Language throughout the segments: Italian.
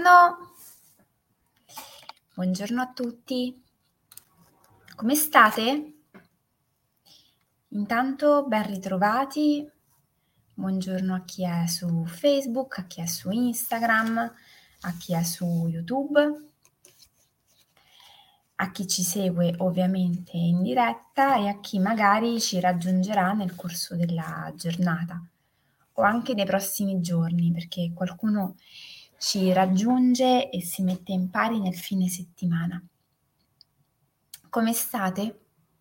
Buongiorno, buongiorno a tutti. Come state? Intanto ben ritrovati. Buongiorno a chi è su Facebook, a chi è su Instagram, a chi è su YouTube, a chi ci segue ovviamente in diretta e a chi magari ci raggiungerà nel corso della giornata o anche nei prossimi giorni, perché qualcuno ci raggiunge e si mette in pari nel fine settimana. Come state?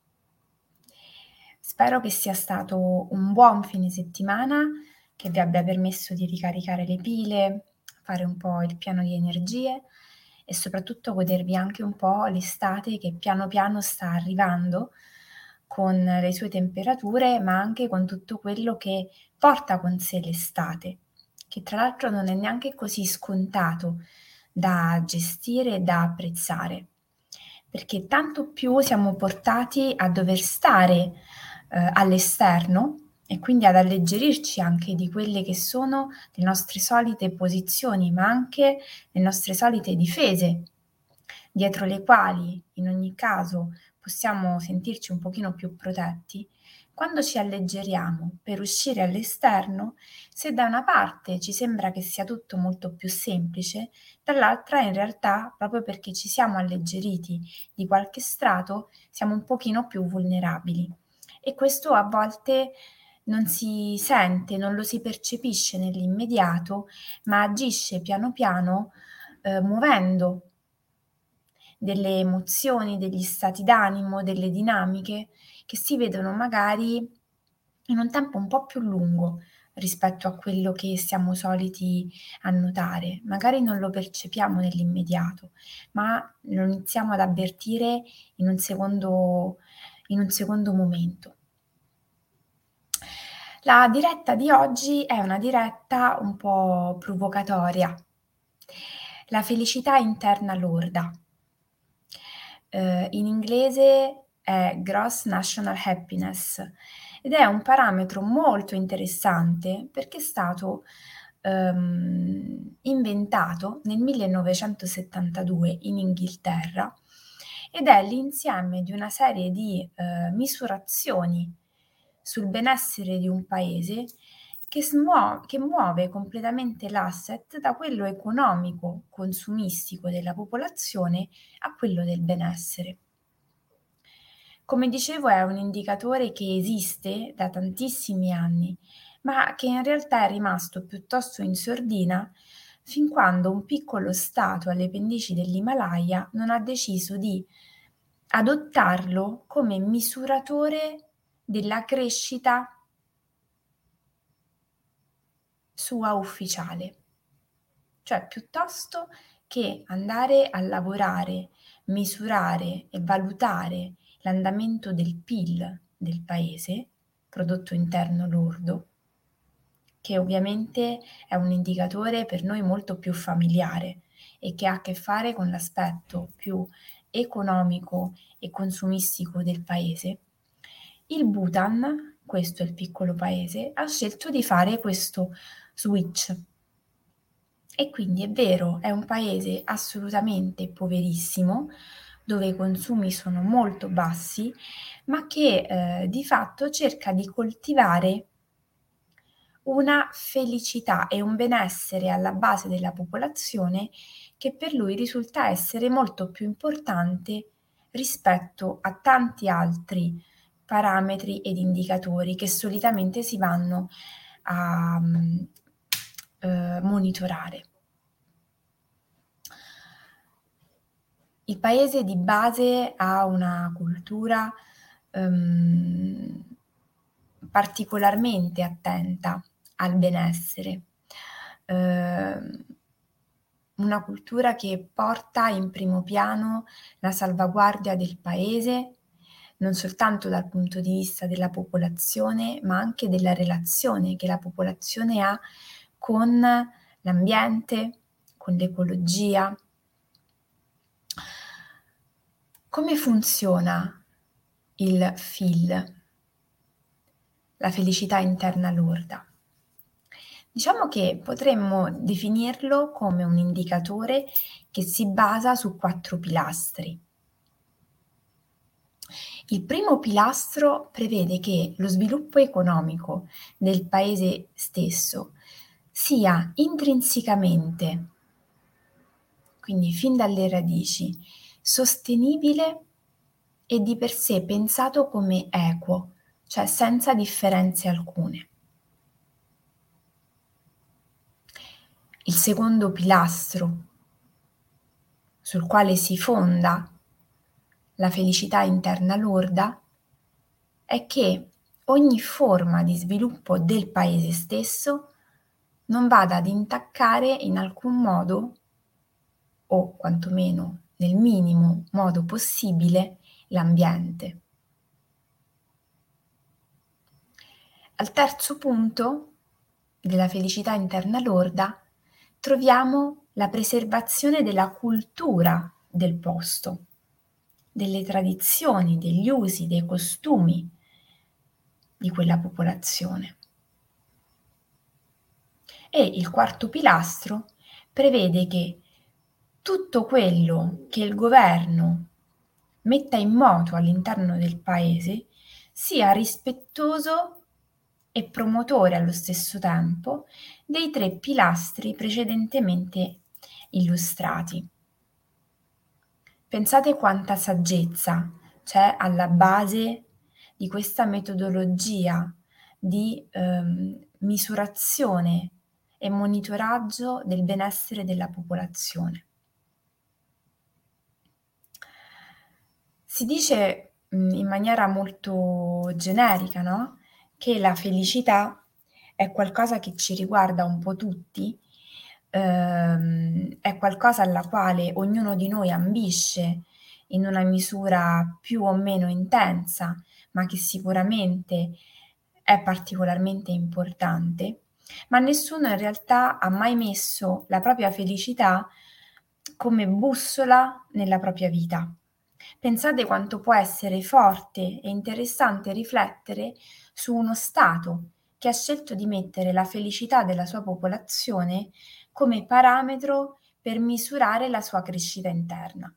Spero che sia stato un buon fine settimana, che vi abbia permesso di ricaricare le pile, fare un po' il piano di energie e soprattutto godervi anche un po' l'estate che piano piano sta arrivando con le sue temperature, ma anche con tutto quello che porta con sé l'estate, che tra l'altro non è neanche così scontato da gestire e da apprezzare, perché tanto più siamo portati a dover stare all'esterno e quindi ad alleggerirci anche di quelle che sono le nostre solite posizioni, ma anche le nostre solite difese, dietro le quali in ogni caso possiamo sentirci un pochino più protetti. Quando ci alleggeriamo per uscire all'esterno, se da una parte ci sembra che sia tutto molto più semplice, dall'altra in realtà, proprio perché ci siamo alleggeriti di qualche strato, siamo un pochino più vulnerabili. E questo a volte non si sente, non lo si percepisce nell'immediato, ma agisce piano piano, muovendo delle emozioni, degli stati d'animo, delle dinamiche che si vedono magari in un tempo un po' più lungo rispetto a quello che siamo soliti annotare. Magari non lo percepiamo nell'immediato, ma lo iniziamo ad avvertire in un secondo momento. La diretta di oggi è una diretta un po' provocatoria. La felicità interna lorda. In inglese è Gross National Happiness ed è un parametro molto interessante perché è stato inventato nel 1972 in Inghilterra ed è l'insieme di una serie di misurazioni sul benessere di un paese che muove completamente l'asset da quello economico, consumistico della popolazione a quello del benessere. Come dicevo, è un indicatore che esiste da tantissimi anni, ma che in realtà è rimasto piuttosto in sordina fin quando un piccolo stato alle pendici dell'Himalaya non ha deciso di adottarlo come misuratore della crescita sua ufficiale. Cioè, piuttosto che andare a lavorare, misurare e valutare l'andamento del PIL del paese, prodotto interno lordo, che ovviamente è un indicatore per noi molto più familiare e che ha a che fare con l'aspetto più economico e consumistico del paese, il Bhutan, questo è il piccolo paese, ha scelto di fare questo switch. E quindi è vero, è un paese assolutamente poverissimo, dove i consumi sono molto bassi, ma che di fatto cerca di coltivare una felicità e un benessere alla base della popolazione che per lui risulta essere molto più importante rispetto a tanti altri parametri ed indicatori che solitamente si vanno a monitorare. Il paese di base ha una cultura particolarmente attenta al benessere, ehm, una cultura che porta in primo piano la salvaguardia del paese, non soltanto dal punto di vista della popolazione, ma anche della relazione che la popolazione ha con l'ambiente, con l'ecologia. Come funziona il FIL, la felicità interna lorda? Diciamo che potremmo definirlo come un indicatore che si basa su 4 pilastri. Il primo pilastro prevede che lo sviluppo economico del paese stesso sia intrinsecamente, quindi fin dalle radici, sostenibile e di per sé pensato come equo, cioè senza differenze alcune. Il secondo pilastro sul quale si fonda la felicità interna lorda è che ogni forma di sviluppo del paese stesso non vada ad intaccare in alcun modo, o quantomeno nel minimo modo possibile, l'ambiente. Al terzo punto della felicità interna lorda troviamo la preservazione della cultura del posto, delle tradizioni, degli usi, dei costumi di quella popolazione. E il quarto pilastro prevede che tutto quello che il governo metta in moto all'interno del paese sia rispettoso e promotore allo stesso tempo dei 3 pilastri precedentemente illustrati. Pensate quanta saggezza c'è alla base di questa metodologia di misurazione e monitoraggio del benessere della popolazione. Si dice in maniera molto generica, no? Che la felicità è qualcosa che ci riguarda un po' tutti, è qualcosa alla quale ognuno di noi ambisce in una misura più o meno intensa, ma che sicuramente è particolarmente importante, ma nessuno in realtà ha mai messo la propria felicità come bussola nella propria vita. Pensate quanto può essere forte e interessante riflettere su uno Stato che ha scelto di mettere la felicità della sua popolazione come parametro per misurare la sua crescita interna.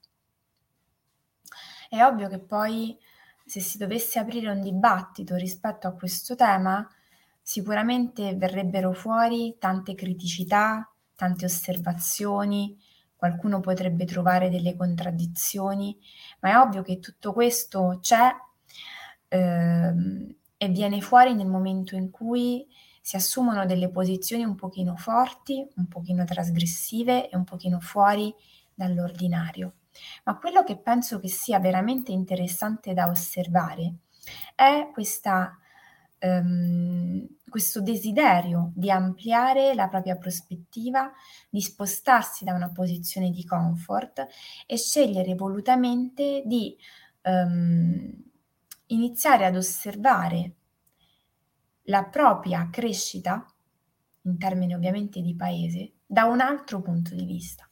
È ovvio che poi, se si dovesse aprire un dibattito rispetto a questo tema, sicuramente verrebbero fuori tante criticità, tante osservazioni, qualcuno potrebbe trovare delle contraddizioni, ma è ovvio che tutto questo c'è, e viene fuori nel momento in cui si assumono delle posizioni un pochino forti, un pochino trasgressive e un pochino fuori dall'ordinario. Ma quello che penso che sia veramente interessante da osservare è questo desiderio di ampliare la propria prospettiva, di spostarsi da una posizione di comfort e scegliere volutamente di ehm, iniziare ad osservare la propria crescita, in termini ovviamente di paese, da un altro punto di vista.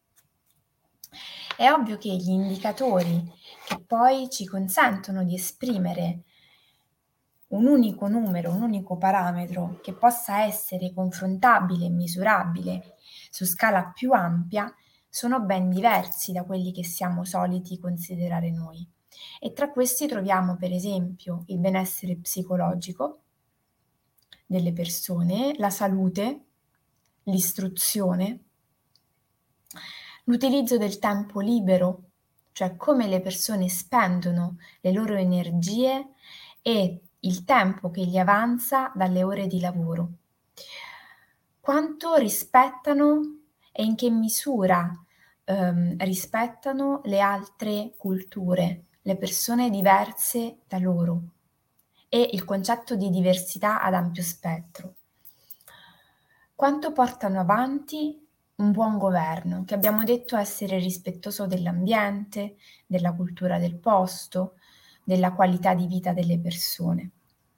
È ovvio che gli indicatori che poi ci consentono di esprimere un unico numero, un unico parametro che possa essere confrontabile e misurabile su scala più ampia, sono ben diversi da quelli che siamo soliti considerare noi. E tra questi troviamo per esempio il benessere psicologico delle persone, la salute, l'istruzione, l'utilizzo del tempo libero, cioè come le persone spendono le loro energie e il tempo che gli avanza dalle ore di lavoro. Quanto rispettano e in che misura rispettano le altre culture, le persone diverse da loro e il concetto di diversità ad ampio spettro. Quanto portano avanti un buon governo, che abbiamo detto essere rispettoso dell'ambiente, della cultura del posto, della qualità di vita delle persone.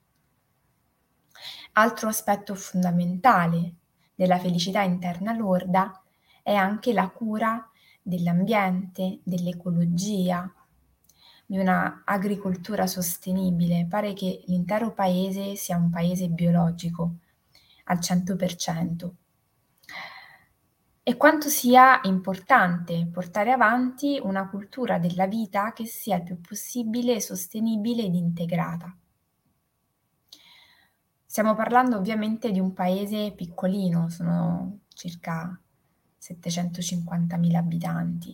Altro aspetto fondamentale della felicità interna lorda è anche la cura dell'ambiente, dell'ecologia, di una agricoltura sostenibile. Pare che l'intero paese sia un paese biologico, al 100%. E quanto sia importante portare avanti una cultura della vita che sia il più possibile sostenibile ed integrata. Stiamo parlando ovviamente di un paese piccolino, sono circa 750.000 abitanti,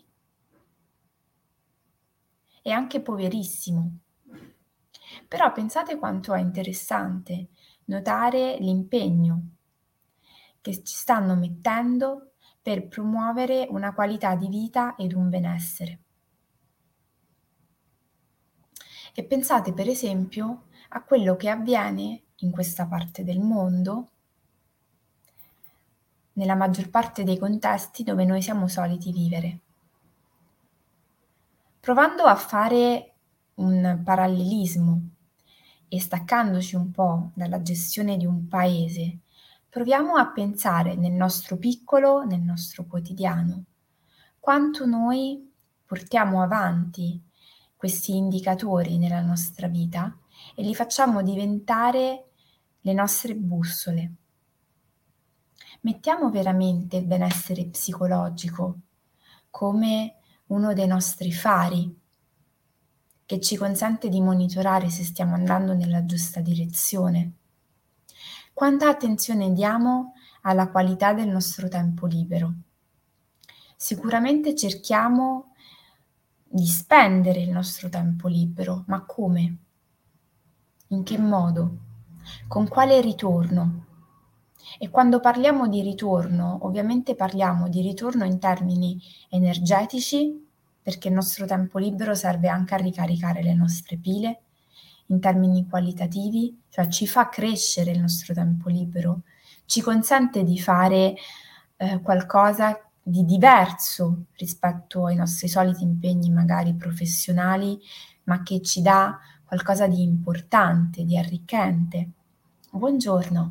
e anche poverissimo. Però pensate quanto è interessante notare l'impegno che ci stanno mettendo per promuovere una qualità di vita ed un benessere. E pensate per esempio a quello che avviene in questa parte del mondo, nella maggior parte dei contesti dove noi siamo soliti vivere. Provando a fare un parallelismo e staccandoci un po' dalla gestione di un paese, proviamo a pensare nel nostro piccolo, nel nostro quotidiano, quanto noi portiamo avanti questi indicatori nella nostra vita e li facciamo diventare le nostre bussole. Mettiamo veramente il benessere psicologico come uno dei nostri fari che ci consente di monitorare se stiamo andando nella giusta direzione. Quanta attenzione diamo alla qualità del nostro tempo libero? Sicuramente cerchiamo di spendere il nostro tempo libero, ma come? In che modo? Con quale ritorno? E quando parliamo di ritorno, ovviamente parliamo di ritorno in termini energetici, perché il nostro tempo libero serve anche a ricaricare le nostre pile, in termini qualitativi, cioè ci fa crescere il nostro tempo libero, ci consente di fare qualcosa di diverso rispetto ai nostri soliti impegni magari professionali, ma che ci dà qualcosa di importante, di arricchente. Buongiorno.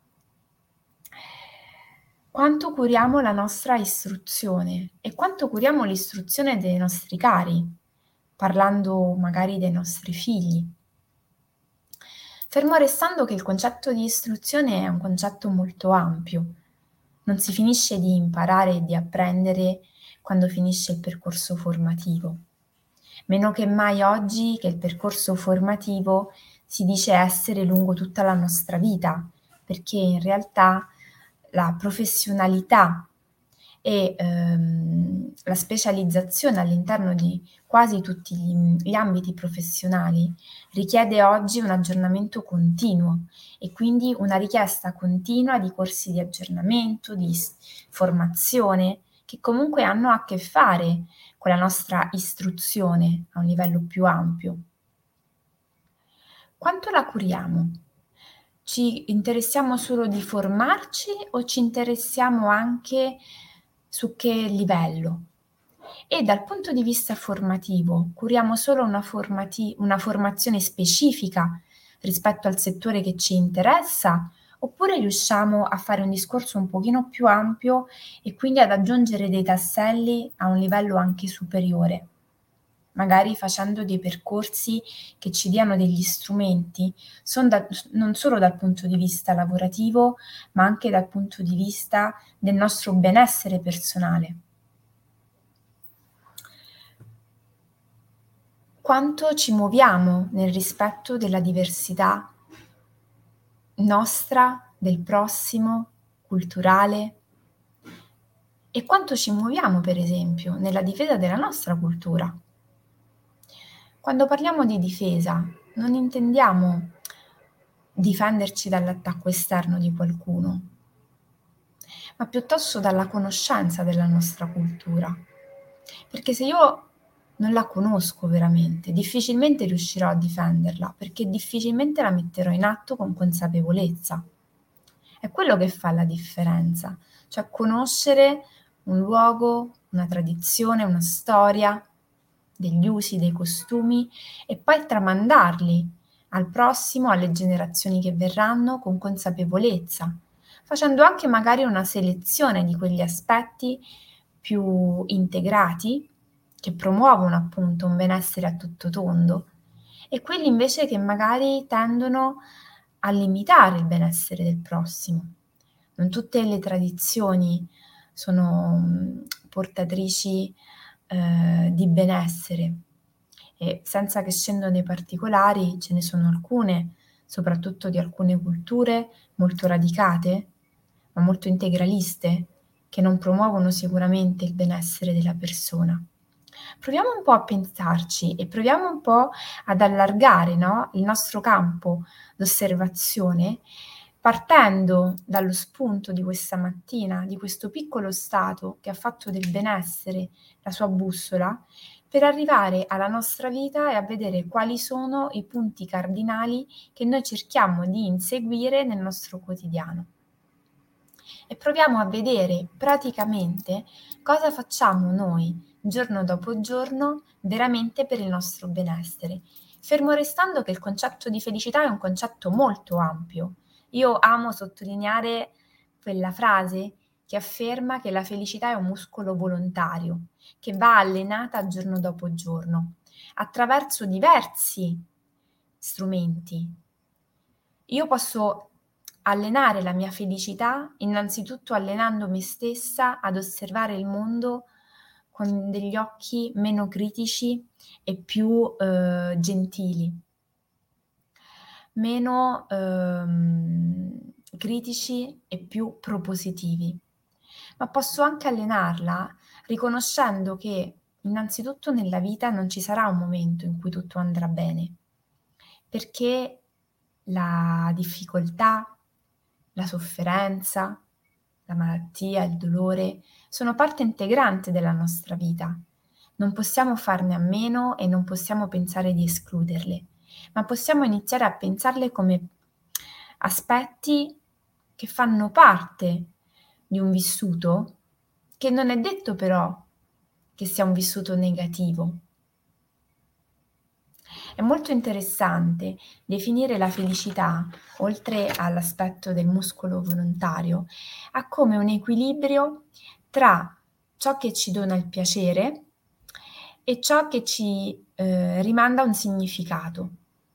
Quanto curiamo la nostra istruzione e quanto curiamo l'istruzione dei nostri cari, parlando magari dei nostri figli. Fermo restando che il concetto di istruzione è un concetto molto ampio. Non si finisce di imparare e di apprendere quando finisce il percorso formativo. Meno che mai oggi che il percorso formativo si dice essere lungo tutta la nostra vita, perché in realtà la professionalità e la specializzazione all'interno di quasi tutti gli ambiti professionali richiede oggi un aggiornamento continuo e quindi una richiesta continua di corsi di aggiornamento, di formazione, che comunque hanno a che fare con la nostra istruzione a un livello più ampio. Quanto la curiamo? Ci interessiamo solo di formarci o ci interessiamo anche su che livello? E dal punto di vista formativo, curiamo solo una formazione specifica rispetto al settore che ci interessa, oppure riusciamo a fare un discorso un pochino più ampio e quindi ad aggiungere dei tasselli a un livello anche superiore? Magari facendo dei percorsi che ci diano degli strumenti, non solo dal punto di vista lavorativo, ma anche dal punto di vista del nostro benessere personale. Quanto ci muoviamo nel rispetto della diversità nostra, del prossimo, culturale, e quanto ci muoviamo, per esempio, nella difesa della nostra cultura. Quando parliamo di difesa, non intendiamo difenderci dall'attacco esterno di qualcuno, ma piuttosto dalla conoscenza della nostra cultura. Perché se io non la conosco veramente, difficilmente riuscirò a difenderla, perché difficilmente la metterò in atto con consapevolezza. È quello che fa la differenza, cioè conoscere un luogo, una tradizione, una storia, degli usi, dei costumi e poi tramandarli al prossimo, alle generazioni che verranno con consapevolezza, facendo anche magari una selezione di quegli aspetti più integrati che promuovono appunto un benessere a tutto tondo e quelli invece che magari tendono a limitare il benessere del prossimo. Non tutte le tradizioni sono portatrici di benessere e senza che scendo nei particolari ce ne sono alcune, soprattutto di alcune culture molto radicate, ma molto integraliste, che non promuovono sicuramente il benessere della persona. Proviamo un po' a pensarci e proviamo un po' ad allargare, no, il nostro campo d'osservazione, partendo dallo spunto di questa mattina, di questo piccolo stato che ha fatto del benessere la sua bussola, per arrivare alla nostra vita e a vedere quali sono i punti cardinali che noi cerchiamo di inseguire nel nostro quotidiano. E proviamo a vedere praticamente cosa facciamo noi giorno dopo giorno veramente per il nostro benessere. Fermo restando che il concetto di felicità è un concetto molto ampio. Io amo sottolineare quella frase che afferma che la felicità è un muscolo volontario, che va allenata giorno dopo giorno, attraverso diversi strumenti. Io posso allenare la mia felicità innanzitutto allenando me stessa ad osservare il mondo con degli occhi meno critici e più gentili, meno critici e più propositivi. Ma posso anche allenarla riconoscendo che innanzitutto nella vita non ci sarà un momento in cui tutto andrà bene, perché la difficoltà, la sofferenza, la malattia, il dolore sono parte integrante della nostra vita. Non possiamo farne a meno e non possiamo pensare di escluderle, ma possiamo iniziare a pensarle come aspetti che fanno parte di un vissuto, che non è detto però che sia un vissuto negativo. È molto interessante definire la felicità, oltre all'aspetto del muscolo volontario, a come un equilibrio tra ciò che ci dona il piacere e ciò che ci rimanda un significato.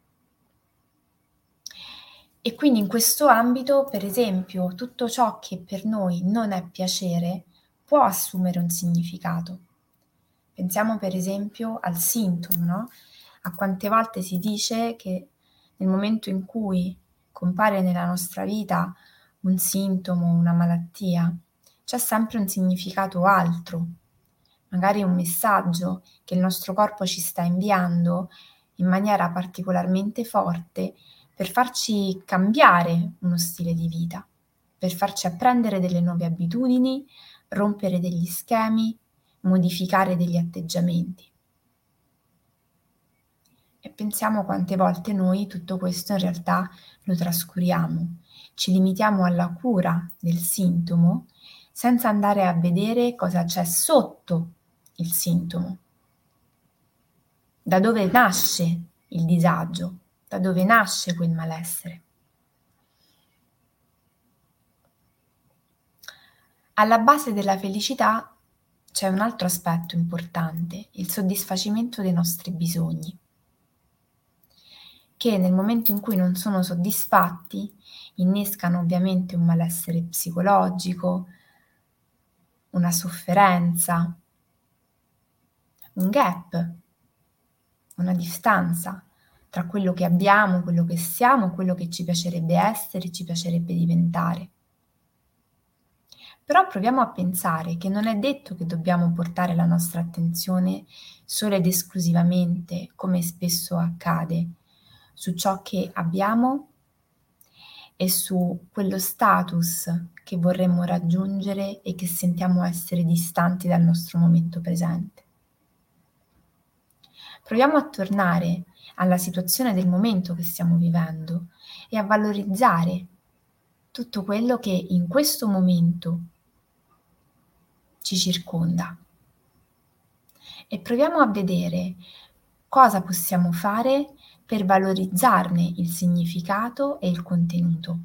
E quindi in questo ambito, per esempio, tutto ciò che per noi non è piacere può assumere un significato. Pensiamo per esempio al sintomo, no? A quante volte si dice che nel momento in cui compare nella nostra vita un sintomo, una malattia, c'è sempre un significato altro, magari un messaggio che il nostro corpo ci sta inviando in maniera particolarmente forte per farci cambiare uno stile di vita, per farci apprendere delle nuove abitudini, rompere degli schemi, modificare degli atteggiamenti. E pensiamo quante volte noi tutto questo in realtà lo trascuriamo, ci limitiamo alla cura del sintomo senza andare a vedere cosa c'è sotto il sintomo, da dove nasce il disagio, da dove nasce quel malessere. Alla base della felicità c'è un altro aspetto importante, il soddisfacimento dei nostri bisogni, che nel momento in cui non sono soddisfatti innescano ovviamente un malessere psicologico, una sofferenza, un gap, una distanza tra quello che abbiamo, quello che siamo, quello che ci piacerebbe essere, ci piacerebbe diventare. Però proviamo a pensare che non è detto che dobbiamo portare la nostra attenzione solo ed esclusivamente, come spesso accade, su ciò che abbiamo e su quello status che vorremmo raggiungere e che sentiamo essere distanti dal nostro momento presente. Proviamo a tornare alla situazione del momento che stiamo vivendo e a valorizzare tutto quello che in questo momento ci circonda. E proviamo a vedere cosa possiamo fare per valorizzarne il significato e il contenuto.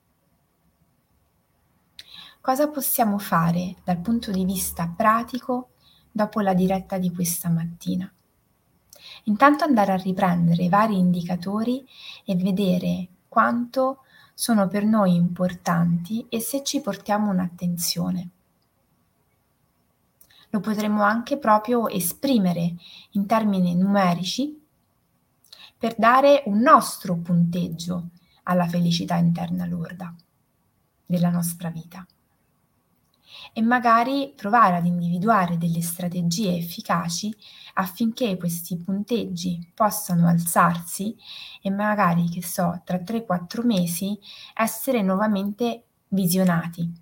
Cosa possiamo fare dal punto di vista pratico dopo la diretta di questa mattina? Intanto andare a riprendere i vari indicatori e vedere quanto sono per noi importanti e se ci portiamo un'attenzione. Lo potremmo anche proprio esprimere in termini numerici per dare un nostro punteggio alla felicità interna lorda della nostra vita e magari provare ad individuare delle strategie efficaci affinché questi punteggi possano alzarsi e magari, che so, tra 3-4 mesi essere nuovamente visionati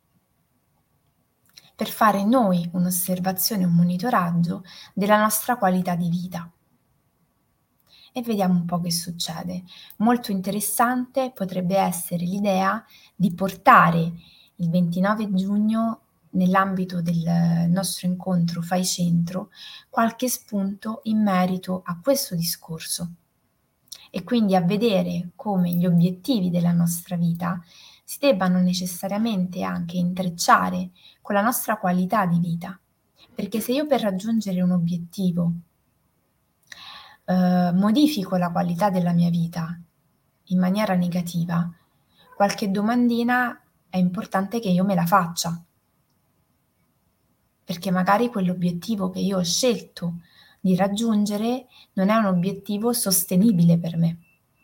per fare noi un'osservazione, un monitoraggio della nostra qualità di vita. E vediamo un po' che succede. Molto interessante potrebbe essere l'idea di portare il 29 giugno, nell'ambito del nostro incontro Fai Centro, qualche spunto in merito a questo discorso e quindi a vedere come gli obiettivi della nostra vita si debbano necessariamente anche intrecciare con la nostra qualità di vita. Perché se io per raggiungere un obiettivo modifico la qualità della mia vita in maniera negativa, qualche domandina è importante che io me la faccia, perché magari quell'obiettivo che io ho scelto di raggiungere non è un obiettivo sostenibile per me.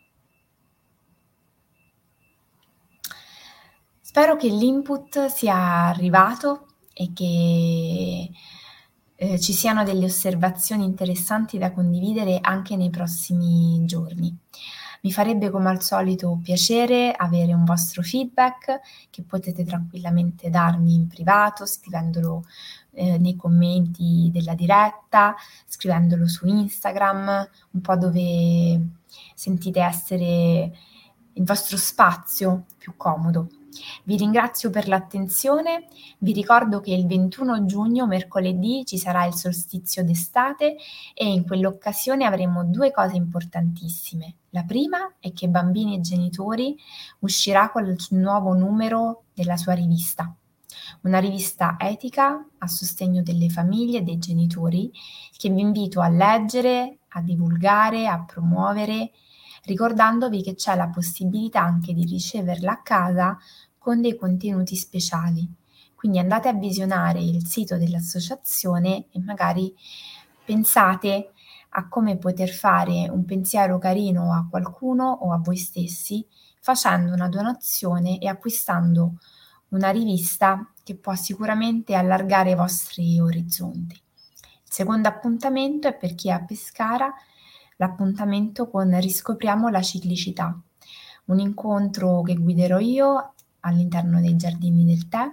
Spero che l'input sia arrivato e che ci siano delle osservazioni interessanti da condividere anche nei prossimi giorni. Mi farebbe come al solito piacere avere un vostro feedback che potete tranquillamente darmi in privato, scrivendolo nei commenti della diretta, scrivendolo su Instagram, un po' dove sentite essere il vostro spazio più comodo. Vi ringrazio per l'attenzione, vi ricordo che il 21 giugno, mercoledì, ci sarà il solstizio d'estate e in quell'occasione avremo 2 cose importantissime. La prima è che Bambini e Genitori uscirà con il nuovo numero della sua rivista, una rivista etica a sostegno delle famiglie e dei genitori che vi invito a leggere, a divulgare, a promuovere, ricordandovi che c'è la possibilità anche di riceverla a casa con dei contenuti speciali. Quindi andate a visionare il sito dell'associazione e magari pensate a come poter fare un pensiero carino a qualcuno o a voi stessi facendo una donazione e acquistando una rivista che può sicuramente allargare i vostri orizzonti. Il secondo appuntamento è per chi è a Pescara, l'appuntamento con Riscopriamo la ciclicità, un incontro che guiderò io all'interno dei Giardini del Tè,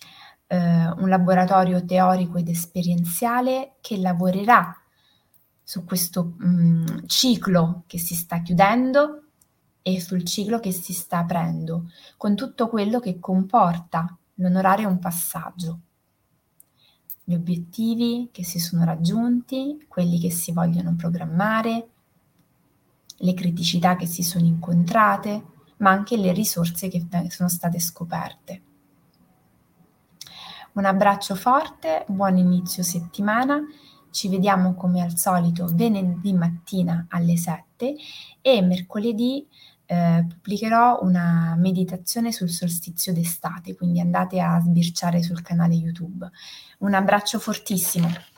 un laboratorio teorico ed esperienziale che lavorerà su questo ciclo che si sta chiudendo e sul ciclo che si sta aprendo, con tutto quello che comporta l'onorare un passaggio, gli obiettivi che si sono raggiunti, quelli che si vogliono programmare, le criticità che si sono incontrate, ma anche le risorse che sono state scoperte. Un abbraccio forte, buon inizio settimana, ci vediamo come al solito venerdì mattina alle 7 e mercoledì pubblicherò una meditazione sul solstizio d'estate, quindi andate a sbirciare sul canale YouTube. Un abbraccio fortissimo.